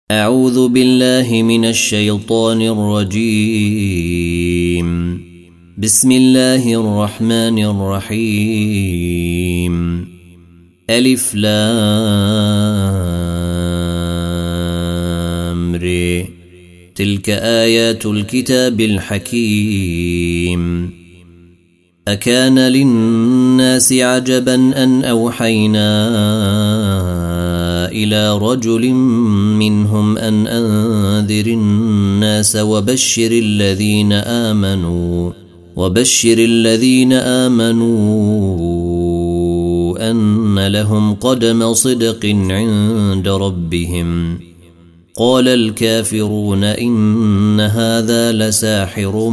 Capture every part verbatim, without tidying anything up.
أعوذ بالله من الشيطان الرجيم. بسم الله الرحمن الرحيم. ألف لام ر. تلك آيات الكتاب الحكيم. أكان للناس عجبا أن أوحينا إلى رجل منهم أن أنذر الناس وبشر الذين آمنوا وبشر الذين آمنوا أن لهم قدم صدق عند ربهم. قال الكافرون إن هذا لساحر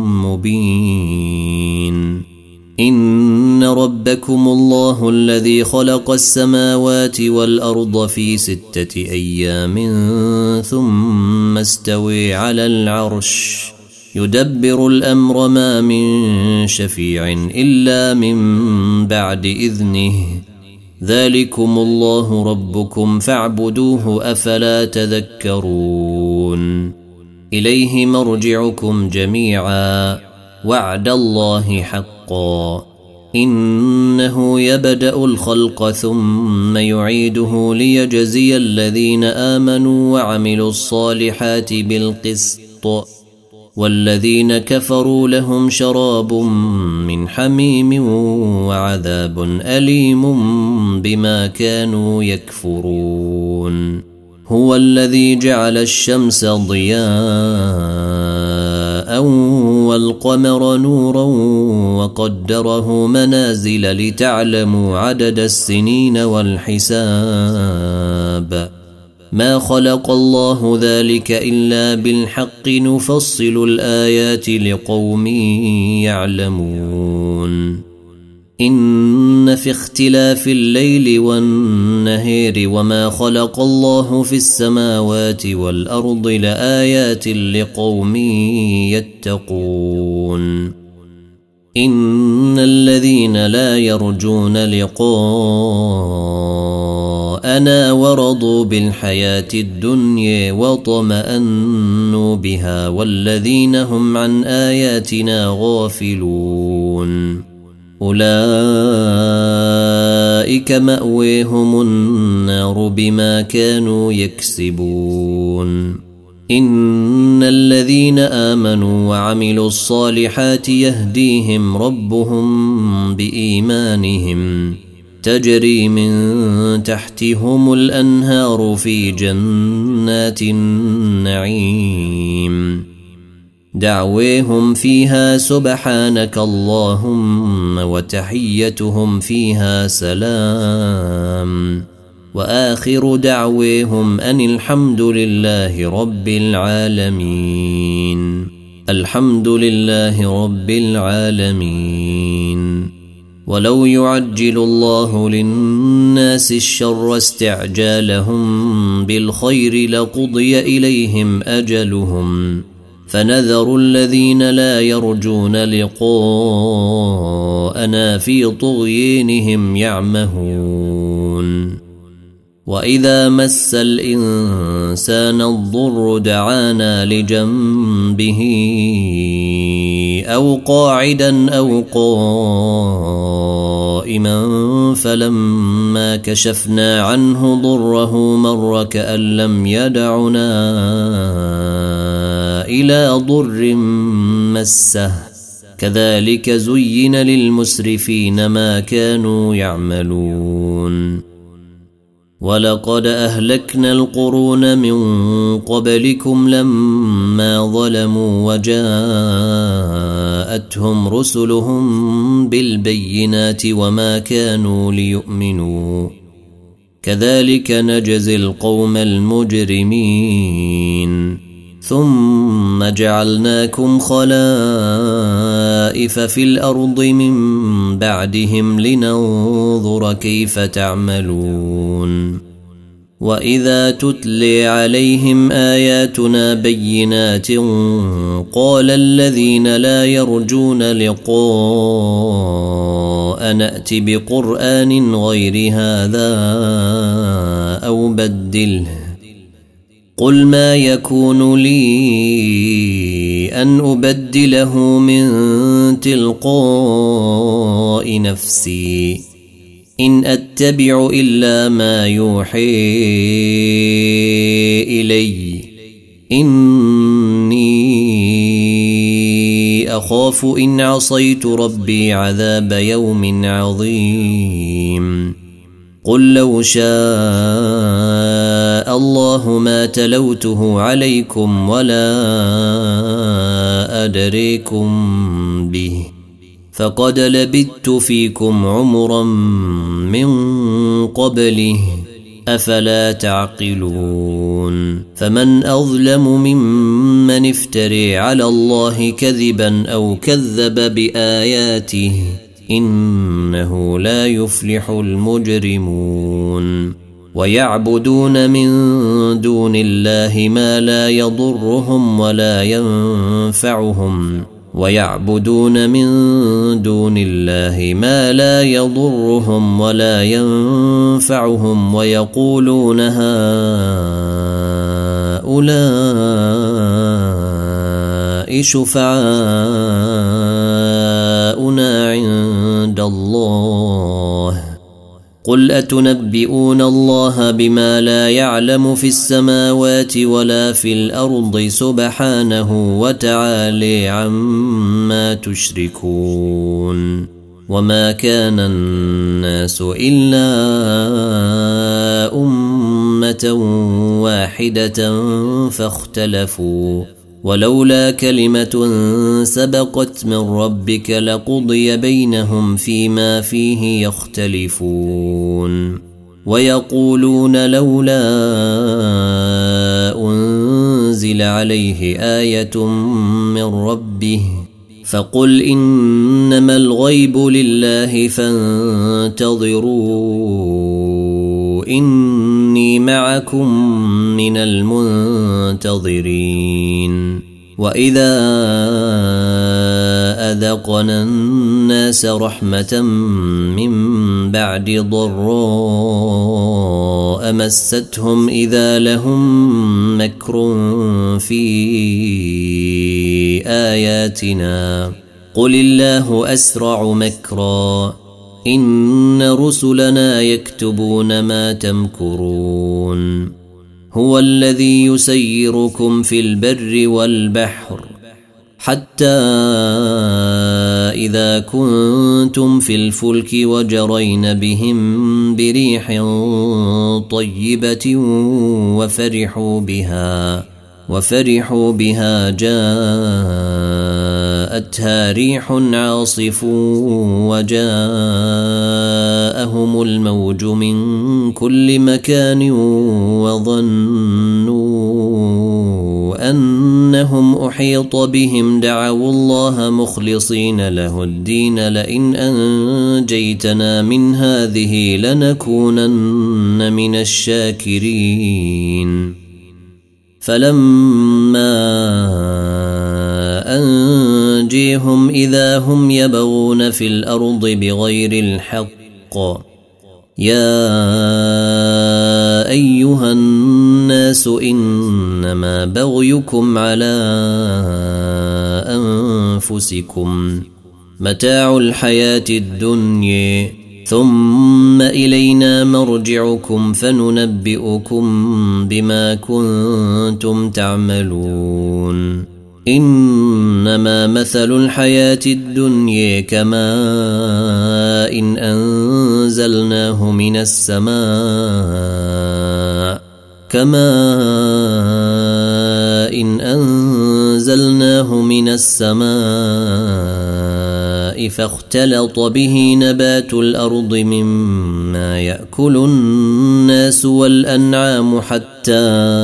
مبين. إن ربكم الله الذي خلق السماوات والأرض في ستة أيام ثم استوى على العرش يدبر الأمر ما من شفيع إلا من بعد إذنه. ذلكم الله ربكم فاعبدوه أفلا تذكرون. إليه مرجعكم جميعا وعد الله حقا. إنه يبدأ الخلق ثم يعيده ليجزي الذين آمنوا وعملوا الصالحات بالقسط والذين كفروا لهم شراب من حميم وعذاب أليم بما كانوا يكفرون. هو الذي جعل الشمس ضياء والقمر نورا وقدره منازل لتعلموا عدد السنين والحساب. ما خلق الله ذلك إلا بالحق نفصل الآيات لقوم يعلمون. إن في اختلاف الليل والنهار وما خلق الله في السماوات والأرض لآيات لقوم يتقون. إن الذين لا يرجون لقاءنا ورضوا بالحياة الدنيا وطمأنوا بها والذين هم عن آياتنا غافلون أولئك مأويهم النار بما كانوا يكسبون. إن الذين آمنوا وعملوا الصالحات يهديهم ربهم بإيمانهم تجري من تحتهم الأنهار في جنات النعيم. دعويهم فيها سبحانك اللهم وتحيتهم فيها سلام وآخر دعويهم أن الحمد لله رب العالمين. الحمد لله رب العالمين. ولو يعجل الله للناس الشر استعجالهم بالخير لقضي إليهم أجلهم فنذر الذين لا يرجون لقاءنا في طغيانهم يعمهون. وإذا مس الإنسان الضر دعانا لجنبه أو قاعدا أو قائما فلما كشفنا عنه ضره مر كأن لم يدعنا إلى ضر مسه. كذلك زين للمسرفين ما كانوا يعملون. ولقد أهلكنا القرون من قبلكم لما ظلموا وجاءتهم رسلهم بالبينات وما كانوا ليؤمنوا. كذلك نجزي القوم المجرمين. ثم جعلناكم خلائف في الأرض من بعدهم لننظر كيف تعملون. وإذا تتلي عليهم آياتنا بينات قال الذين لا يرجون لقاء نأت بقرآن غير هذا أو بدله قل ما يكون لي أن أبدله من تلقاء نفسي إن أتبع إلا ما يوحي إلي إني أخاف إن عصيت ربي عذاب يوم عظيم قل لو شاء الله ما تلوته عليكم ولا أدريكم به فقد لبثت فيكم عمرا من قبله أفلا تعقلون فمن أظلم ممن افتري على الله كذبا أو كذب بآياته إنه لا يفلح المجرمون ويعبدون من دون الله ما لا يضرهم ولا ينفعهم ويعبدون من دون الله ما لا يضرهم ولا ينفعهم ويقولون هؤلاء شفعاؤنا عند الله قل أتنبئون الله بما لا يعلم في السماوات ولا في الأرض سبحانه وتعالى عما تشركون وما كان الناس إلا أمة واحدة فاختلفوا ولولا كلمة سبقت من ربك لقضي بينهم فيما فيه يختلفون ويقولون لولا أنزل عليه آية من ربه فقل إنما الغيب لله فانتظروا إني معكم من المنتظرين وإذا أذقنا الناس رحمة من بعد ضراء مستهم إذا لهم مكر في آياتنا قل الله أسرع مكرا إن رسلنا يكتبون ما تمكرون هو الذي يسيركم في البر والبحر حتى إذا كنتم في الفلك وجرين بهم بريح طيبة وفرحوا بها وفرحوا بها جاءتها ريح عاصف وجاءهم الموج من كل مكان وظنوا أنهم أحيط بهم دعوا الله مخلصين له الدين لئن أنجيتنا من هذه لنكونن من الشاكرين فلما أنجيهم إذا هم يبغون في الأرض بغير الحق يا أيها الناس إنما بغيكم على أنفسكم متاع الحياة الدنيا ثم إلينا مرجعكم فننبئكم بما كنتم تعملون إنما مثل الحياة الدنيا كماء إن أنزلناه من السماء كماء إن أنزلناه من السماء فاختلط به نبات الأرض مما يأكل الناس والأنعام حتى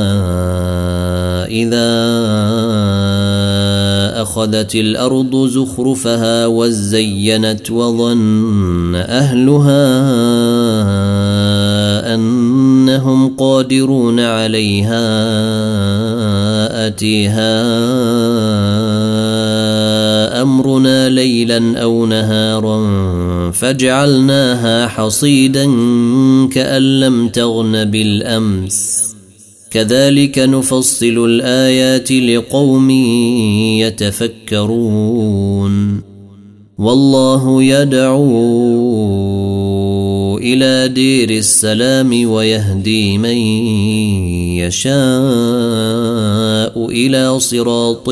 إذا أخذت الأرض زخرفها وزينت وظن أهلها أنهم قادرون عليها أتيها أمرنا ليلا أو نهارا فجعلناها حصيدا كأن لم تغن بالأمس كذلك نفصل الآيات لقوم يتفكرون والله يدعو إلى دير السلام ويهدي من يشاء إلى صراط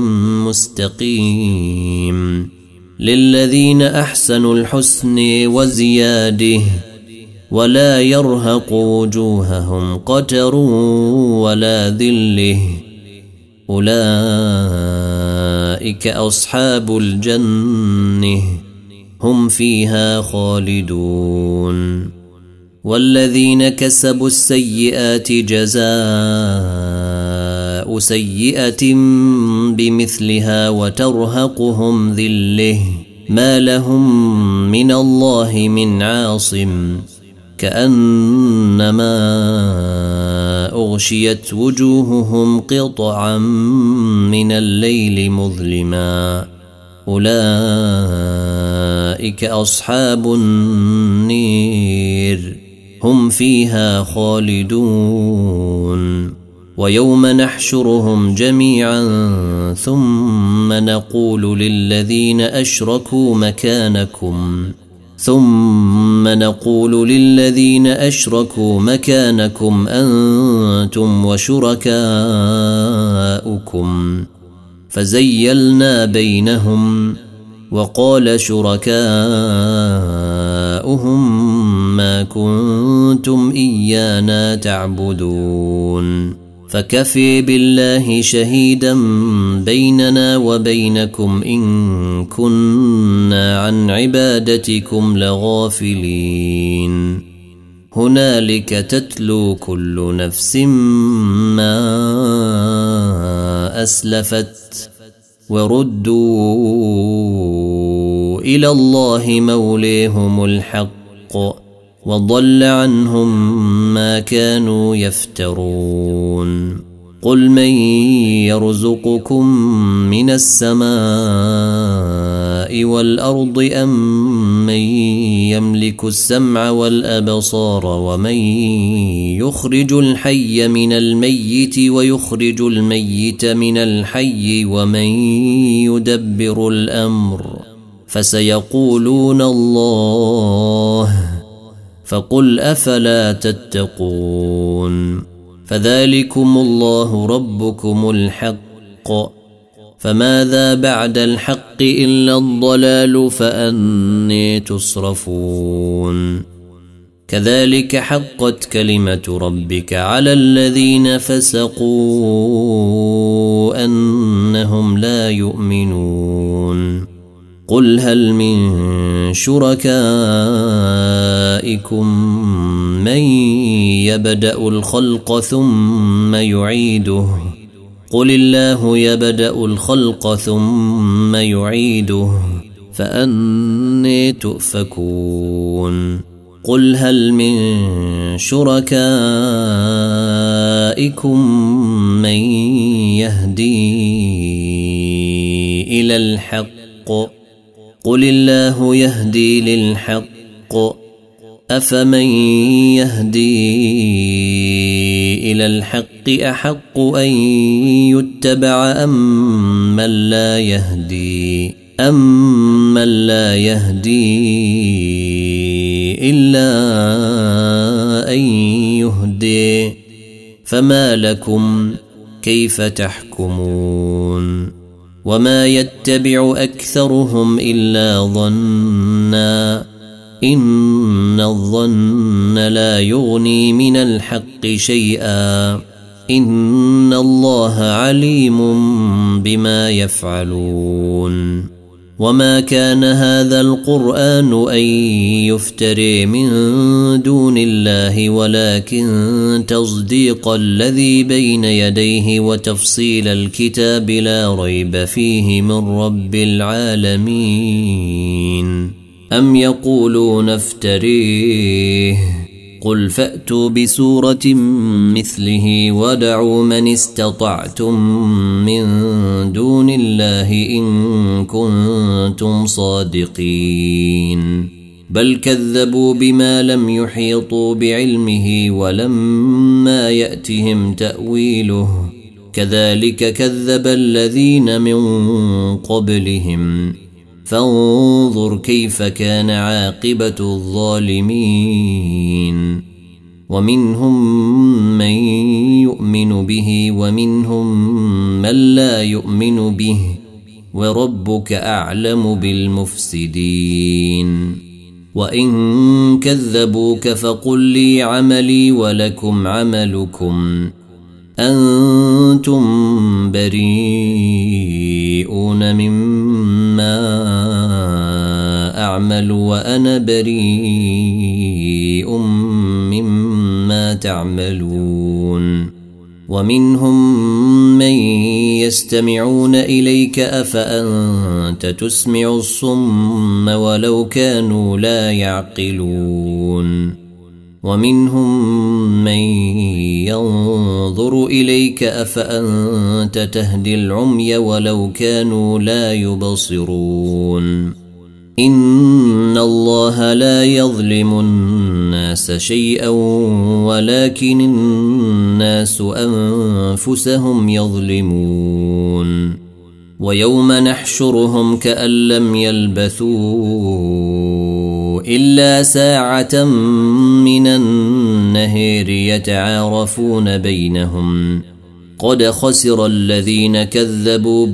مستقيم للذين أحسنوا الحسن وزياده ولا يرهق وجوههم قتر ولا ذله أولئك أصحاب الجنة هم فيها خالدون والذين كسبوا السيئات جزاء سيئة بمثلها وترهقهم ذلة ما لهم من الله من عاصم كأنما أغشيت وجوههم قطعا من الليل مظلما أولئك أصحاب النير هم فيها خالدون ويوم نحشرهم جميعا ثم نقول للذين أشركوا مكانكم ثم نقول للذين أشركوا مكانكم أنتم وشركاؤكم فزيلنا بينهم وقال شركاؤهم ما كنتم إيانا تعبدون فكفي بالله شهيدا بيننا وبينكم إن كنا عن عبادتكم لغافلين هنالك تتلو كل نفس ما أسلفت وردوا إلى الله موليهم الحق وضل عنهم ما كانوا يفترون قل من يرزقكم من السماء والأرض أم من يملك السمع والأبصار ومن يخرج الحي من الميت ويخرج الميت من الحي ومن يدبر الأمر فسيقولون الله فقل أفلا تتقون فذلكم الله ربكم الحق فماذا بعد الحق إلا الضلال فأني تصرفون كذلك حقت كلمة ربك على الذين فسقوا أنهم لا يؤمنون قل هل من شركائكم من يبدأ الخلق ثم يعيده قل الله يبدأ الخلق ثم يعيده فأني تؤفكون قل هل من شركائكم من يهدي إلى الحق قل الله يهدي للحق أفمن يهدي إلى الحق أحق أن يتبع أم من لا يهدي أم من لا يهدي إلا أن يهدي فما لكم كيف تحكمون وما يتبع أكثرهم إلا ظنا إن الظن لا يغني من الحق شيئا إن الله عليم بما يفعلون وما كان هذا القرآن أن يفتري من دون الله ولكن تصديق الذي بين يديه وتفصيل الكتاب لا ريب فيه من رب العالمين أم يقولون افتريه قل فأتوا بسورة مثله ودعوا من استطعتم من دون الله إن كنتم صادقين بل كذبوا بما لم يحيطوا بعلمه ولما يأتهم تأويله كذلك كذب الذين من قبلهم فانظر كيف كان عاقبة الظالمين ومنهم من يؤمن به ومنهم من لا يؤمن به وربك أعلم بالمفسدين وإن كذبوك فقل لي عملي ولكم عملكم أنتم بريئون مما أعمل وأنا بريء مما تعملون ومنهم من يستمعون إليك أفأنت تسمع الصم ولو كانوا لا يعقلون ومنهم من ينظر إليك أفأنت تهدي العمي ولو كانوا لا يبصرون إن الله لا يظلم الناس شيئا ولكن الناس أنفسهم يظلمون ويوم نحشرهم كأن لم يلبثوا إلا ساعة من النهار يتعارفون بينهم قد خسر الذين كذبوا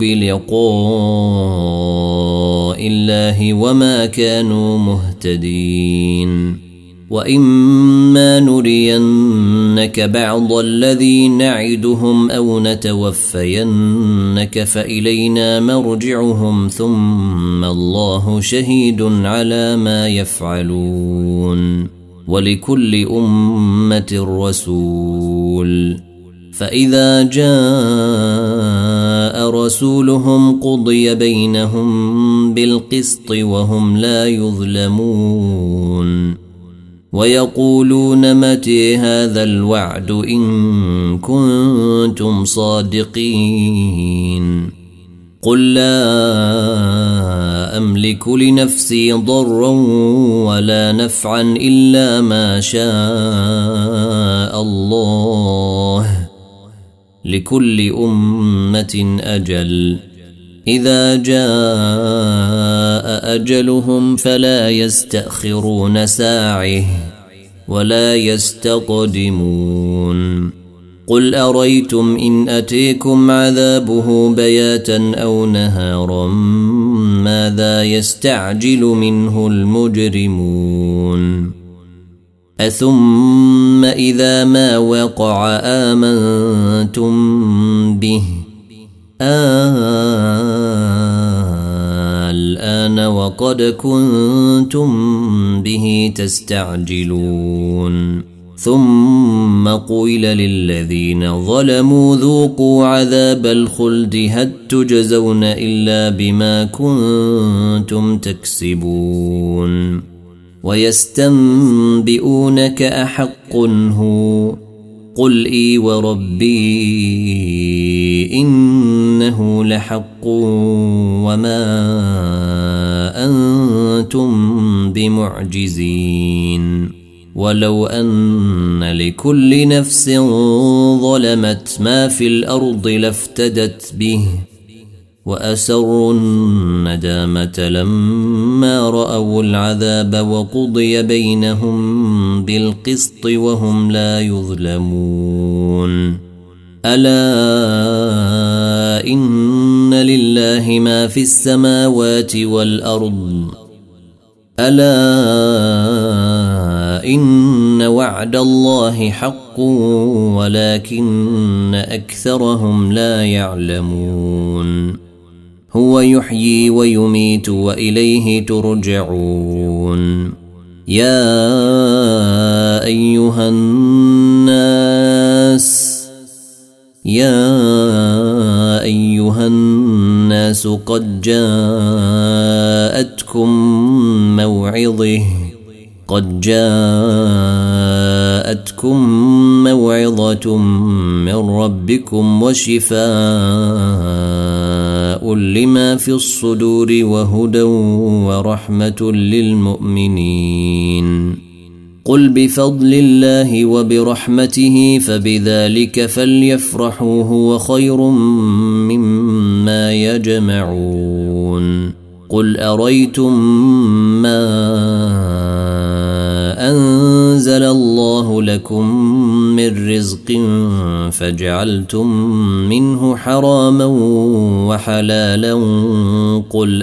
بلقاء الله وما كانوا مهتدين وإما نرينك بعض الذي نعدهم أو نتوفينك فإلينا مرجعهم ثم الله شهيد على ما يفعلون ولكل أمة رسول فإذا جاء رسولهم قضي بينهم بالقسط وهم لا يظلمون ويقولون متى هذا الوعد إن كنتم صادقين قل لا أملك لنفسي ضرا ولا نفعا إلا ما شاء الله لكل أمة أجل إذا جاء أجلهم فلا يستأخرون ساعة ولا يستقدمون قل أريتم إن أتيكم عذابه بياتا أو نهارا ماذا يستعجل منه المجرمون أثم إذا ما وقع آمنتم به الآن وقد كنتم به تستعجلون ثم قيل للذين ظلموا ذوقوا عذاب الخلد هل تجزون إلا بما كنتم تكسبون ويستنبئونك أحق هو قل إي وربي إنه لحق وما أنتم بمعجزين ولو أن لكل نفس ظلمت ما في الأرض لافتدت به وأسروا الندامة لما رأوا العذاب وقضي بينهم بالقسط وهم لا يظلمون ألا إن لله ما في السماوات والأرض ألا إن وعد الله حق ولكن أكثرهم لا يعلمون هو يحيي ويميت وإليه ترجعون يا أيها الناس يا أيها الناس قد جاءتكم موعظة قد جاءتكم موعظة من ربكم وشفاء وشفاء لما في الصدور وهدى ورحمة للمؤمنين. قل بفضل الله وبرحمته فبذلك فليفرحوا هو خير مما يجمعون. قل أريتم ما أنزل الله لكم من رزق فجعلتم منه حراما وحلالا قل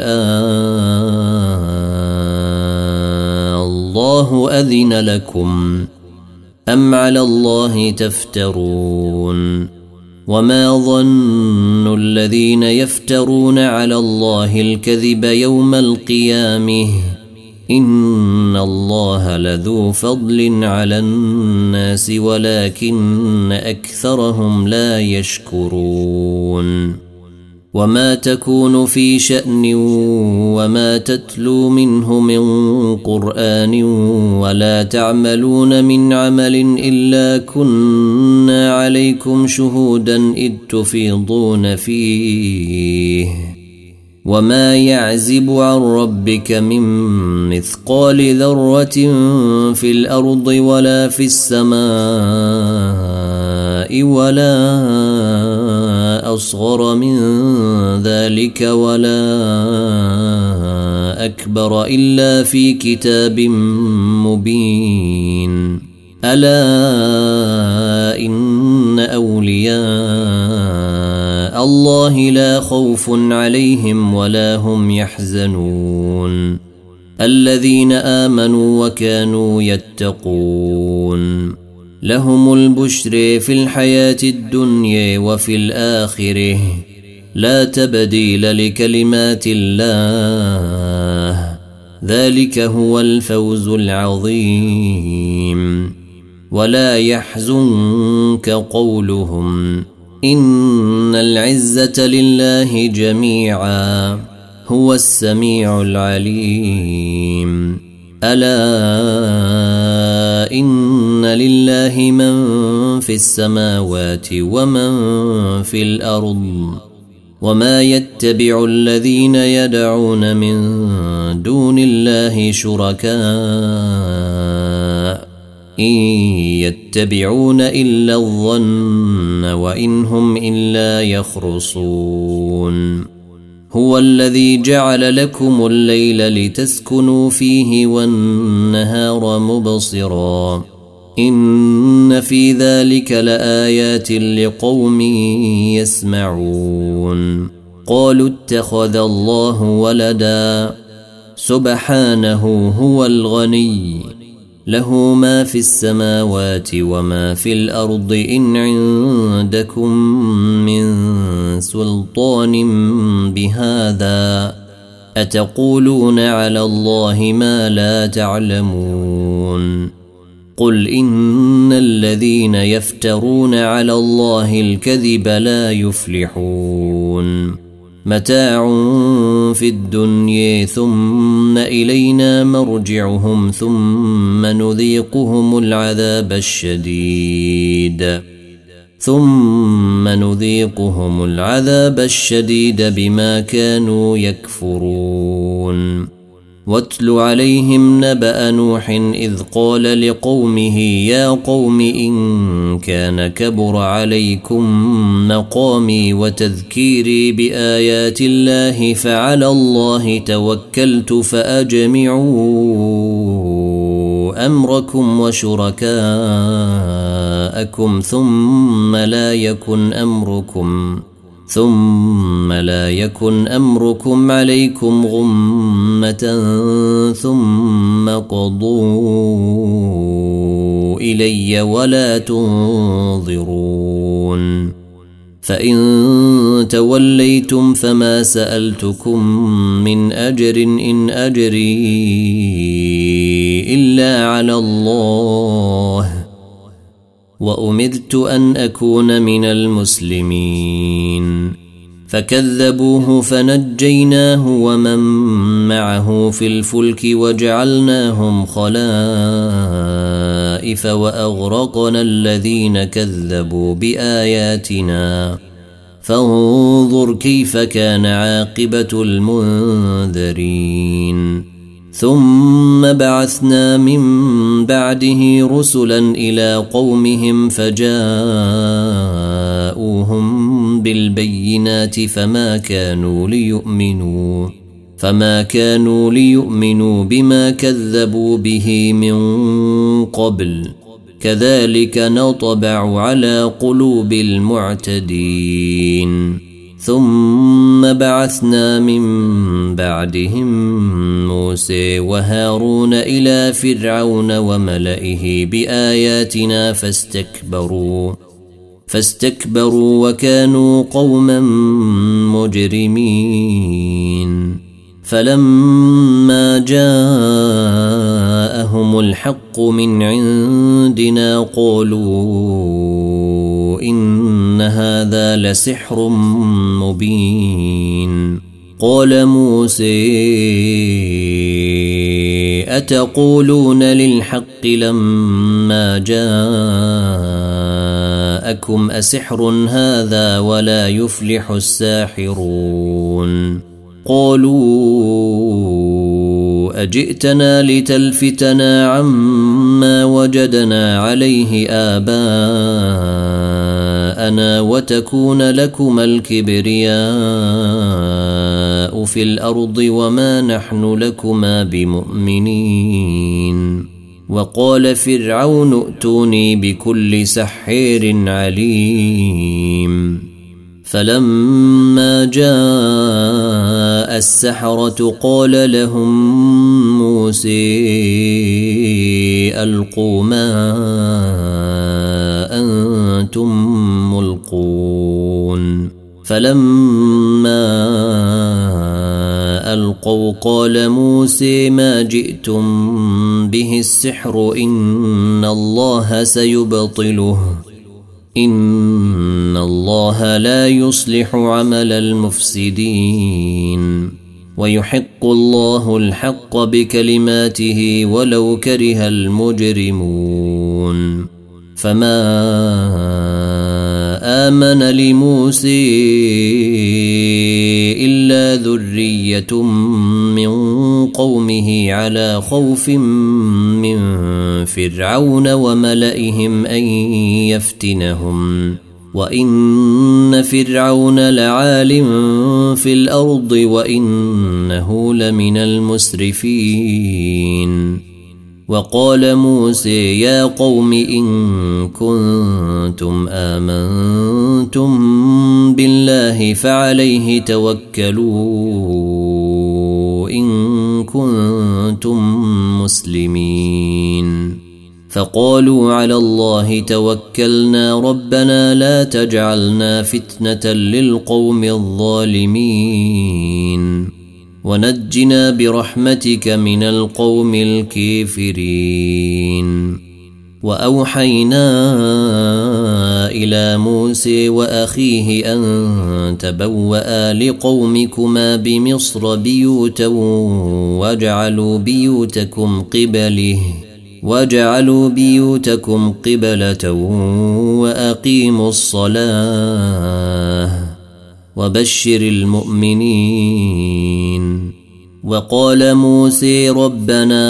آه الله أذن لكم أم على الله تفترون. وما ظن الذين يفترون على الله الكذب يوم القيامة إن الله لذو فضل على الناس ولكن أكثرهم لا يشكرون. وما تكون في شأن وما تتلو منه من قرآن ولا تعملون من عمل إلا كنا عليكم شهودا إذ تفيضون فيه وما يعزب عن ربك من مثقال ذرة في الأرض ولا في السماء ولا أصغر من ذلك ولا أكبر إلا في كتاب مبين. ألا إن أولياء الله لا خوف عليهم ولا هم يحزنون الذين آمنوا وكانوا يتقون. لهم البشر في الحياة الدنيا وفي الآخرة لا تبديل لكلمات الله ذلك هو الفوز العظيم. ولا يحزنك قولهم إن العزة لله جميعا هو السميع العليم. ألا إن لله من في السماوات ومن في الأرض وما يتبع الذين يدعون من دون الله شركاء إن يتبعون إلا الظن وإن هم إلا يخرصون. هو الذي جعل لكم الليل لتسكنوا فيه والنهار مبصرا إن في ذلك لآيات لقوم يسمعون. قالوا اتخذ الله ولدا سبحانه هو الغني له ما في السماوات وما في الأرض إن عندكم من سلطان بهذا أتقولون على الله ما لا تعلمون. قل إن الذين يفترون على الله الكذب لا يفلحون. متاع في الدنيا ثم إلينا مرجعهم ثم نذيقهم العذاب الشديد ثم نذيقهم العذاب الشديد بما كانوا يكفرون. واتل عليهم نبأ نوح إذ قال لقومه يا قوم إن كان كبر عليكم مقامي وتذكيري بآيات الله فعلى الله توكلت فأجمعوا أمركم وشركاءكم ثم لا يكن أمركم ثم لا يكن أمركم عليكم غمة ثم قضوا إلي ولا تنظرون. فإن توليتم فما سألتكم من أجر إن أجري إلا على الله وأمرت أن أكون من المسلمين. فكذبوه فنجيناه ومن معه في الفلك وجعلناهم خلائف وأغرقنا الذين كذبوا بآياتنا فانظر كيف كان عاقبة المنذرين ثم بعثنا من بعده رسلا إلى قومهم فجاءوهم بالبينات فما كانوا ليؤمنوا فما كانوا ليؤمنوا بما كذبوا به من قبل كذلك نطبع على قلوب المعتدين ثم بعثنا من بعدهم موسى وهارون إلى فرعون وملئه بآياتنا فاستكبروا فاستكبروا وكانوا قوما مجرمين فلما جاءهم الحق من عندنا قالوا إن هذا لسحر مبين قال موسى أتقولون للحق لما جاءكم أسحر هذا ولا يفلح الساحرون قالوا أجئتنا لتلفتنا عما وجدنا عليه آباءنا وتكون لكما الكبرياء في الأرض وما نحن لكما بمؤمنين وقال فرعون ائتوني بكل سحير عليم فلما جاء السحرة قال لهم موسى ألقوا ما أنتم ملقون فلما ألقوا قال موسى ما جئتم به السحر إن الله سيبطله إن الله لا يصلح عمل المفسدين ويحق الله الحق بكلماته ولو كره المجرمون فما آمن لموسى إلا ذرية من قومه على خوف من فرعون وملئهم أن يفتنهم وإن فرعون لعال في الأرض وإنه لمن المسرفين وقال موسى يا قوم إن كنتم آمنتم بالله فعليه توكلوا إن كنتم مسلمين فقالوا على الله توكلنا ربنا لا تجعلنا فتنة للقوم الظالمين ونجنا برحمتك من القوم الكافرين وأوحينا إلى موسى وأخيه أن تبوأ لقومكما بمصر بيوتا واجعلوا بيوتكم قبله واجعلوا بيوتكم قبلة وأقيموا الصلاة وبشر المؤمنين وقال موسى ربنا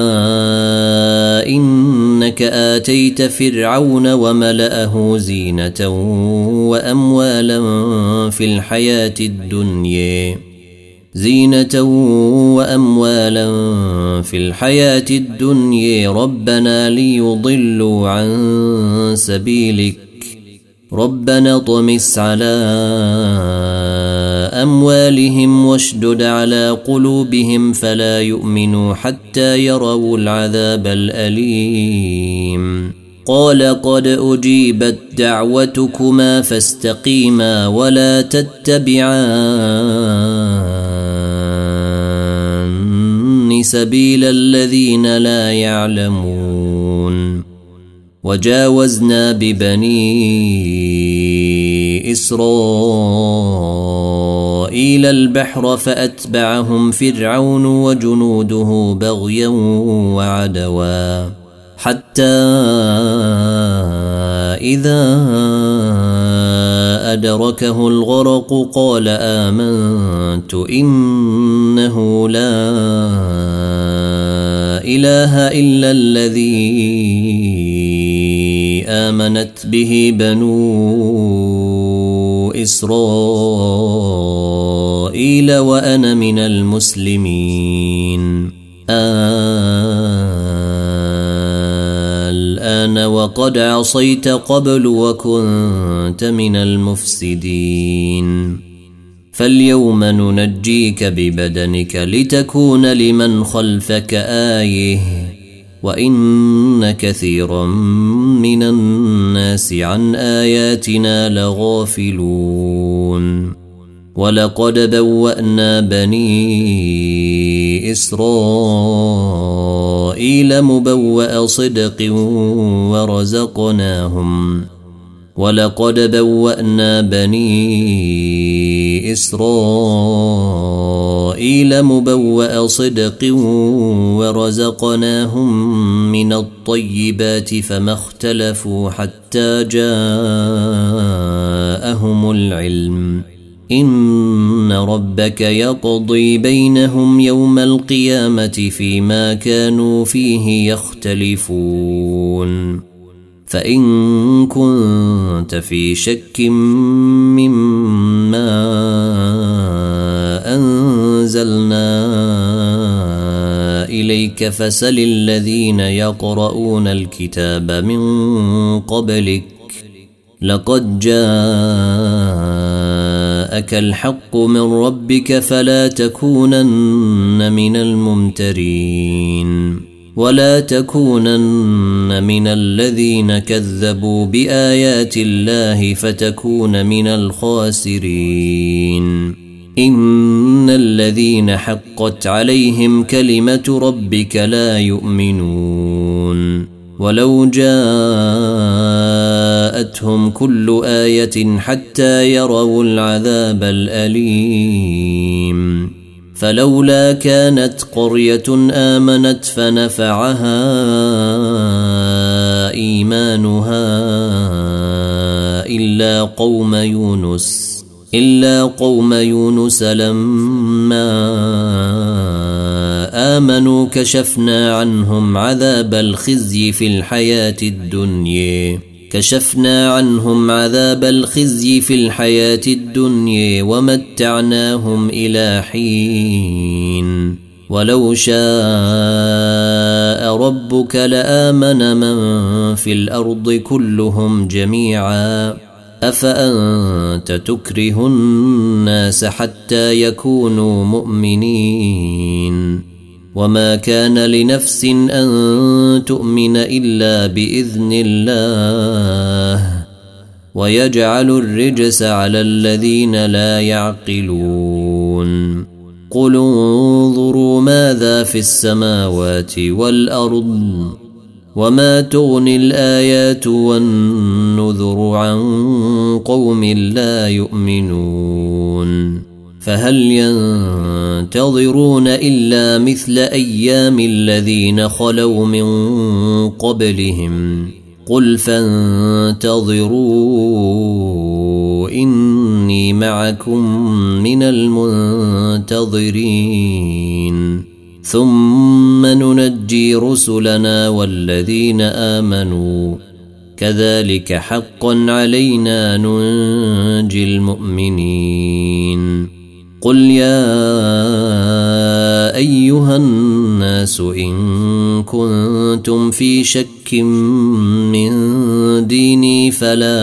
إنك آتيت فرعون وملأه زينة وأموالا في الحياة الدنيا زينة وأموالا في الحياة الدنيا ربنا ليضلوا عن سبيلك ربنا طمس على أموالهم واشدد على قلوبهم فلا يؤمنوا حتى يروا العذاب الأليم قال قد أجيبت دعوتكما فاستقيما ولا تتبعان سبيل الذين لا يعلمون وجاوزنا ببني إسرائيل البحر فأتبعهم فرعون وجنوده بغيا وعدوا حتى إذا أدركه الغرق قال آمنت إنه لا إله إلا الذي آمنت به بنو إسرائيل وأنا من المسلمين. الآن وقد عصيت قبل وكنت من المفسدين فاليوم ننجيك ببدنك لتكون لمن خلفك آية وإن كثيرا من الناس عن آياتنا لغافلون. ولقد بوأنا بني إسرائيل مبوأ صدق ورزقناهم ولقد بوأنا بني إسرائيل مبوأ صدق ورزقناهم من الطيبات فما اختلفوا حتى جاءهم العلم إن ربك يقضي بينهم يوم القيامة فيما كانوا فيه يختلفون. فإن كنت في شك مما أنزلنا إليك فسل الذين يقرؤون الكتاب من قبلك لقد جاءك الحق من ربك فلا تكونن من الممترين ولا تكونن من الذين كذبوا بآيات الله فتكون من الخاسرين. إن الذين حقت عليهم كلمة ربك لا يؤمنون ولو جاءتهم كل آية حتى يروا العذاب الأليم فلولا كانت قرية آمنت فنفعها إيمانها إلا قوم يونس إلا قوم يونس لما آمنوا كشفنا عنهم عذاب الخزي في الحياة الدنيا كشفنا عنهم عذاب الخزي في الحياة الدنيا ومتعناهم إلى حين ولو شاء ربك لآمن من في الأرض كلهم جميعا أفأنت تكره الناس حتى يكونوا مؤمنين وما كان لنفس أن تؤمن إلا بإذن الله ويجعل الرجس على الذين لا يعقلون. قل انظروا ماذا في السماوات والأرض وما تغني الآيات والنذر عن قوم لا يؤمنون فهل ينتظرون إلا مثل أيام الذين خلوا من قبلهم قل فانتظروا إني معكم من المنتظرين ثم ننجي رسلنا والذين آمنوا كذلك حقا علينا ننجي المؤمنين. قل يا أيها الناس إن كنتم في شك من ديني فلا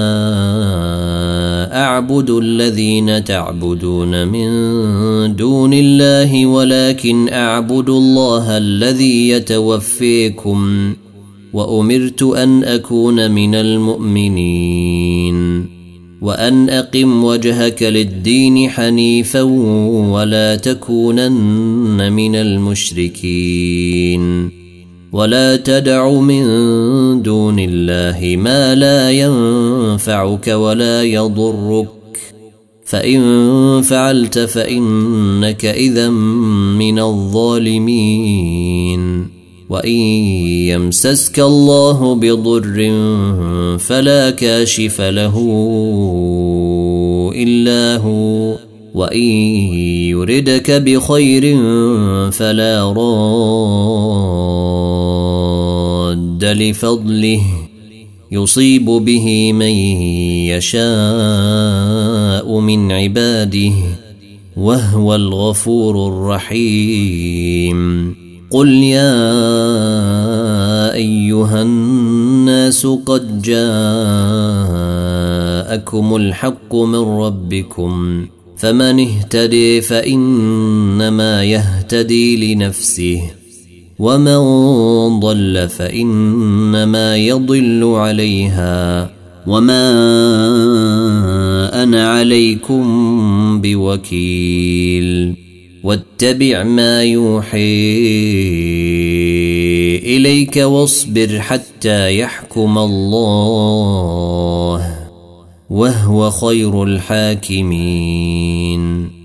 أعبد الذين تعبدون من دون الله ولكن أعبد الله الذي يتوفيكم وأمرت أن أكون من المؤمنين وأن أقم وجهك للدين حنيفا ولا تكونن من المشركين ولا تدع من دون الله ما لا ينفعك ولا يضرك فإن فعلت فإنك إذا من الظالمين وإن يمسسك الله بضر فلا كاشف له إلا هو وإن يردك بخير فلا راد لفضله يصيب به من يشاء من عباده وهو الغفور الرحيم. قل يا أيها الناس قد جاءكم الحق من ربكم فمن اهتدي فإنما يهتدي لنفسه ومن ضل فإنما يضل عليها وما أنا عليكم بوكيل. واتبع ما يوحي إليك واصبر حتى يحكم الله وهو خير الحاكمين.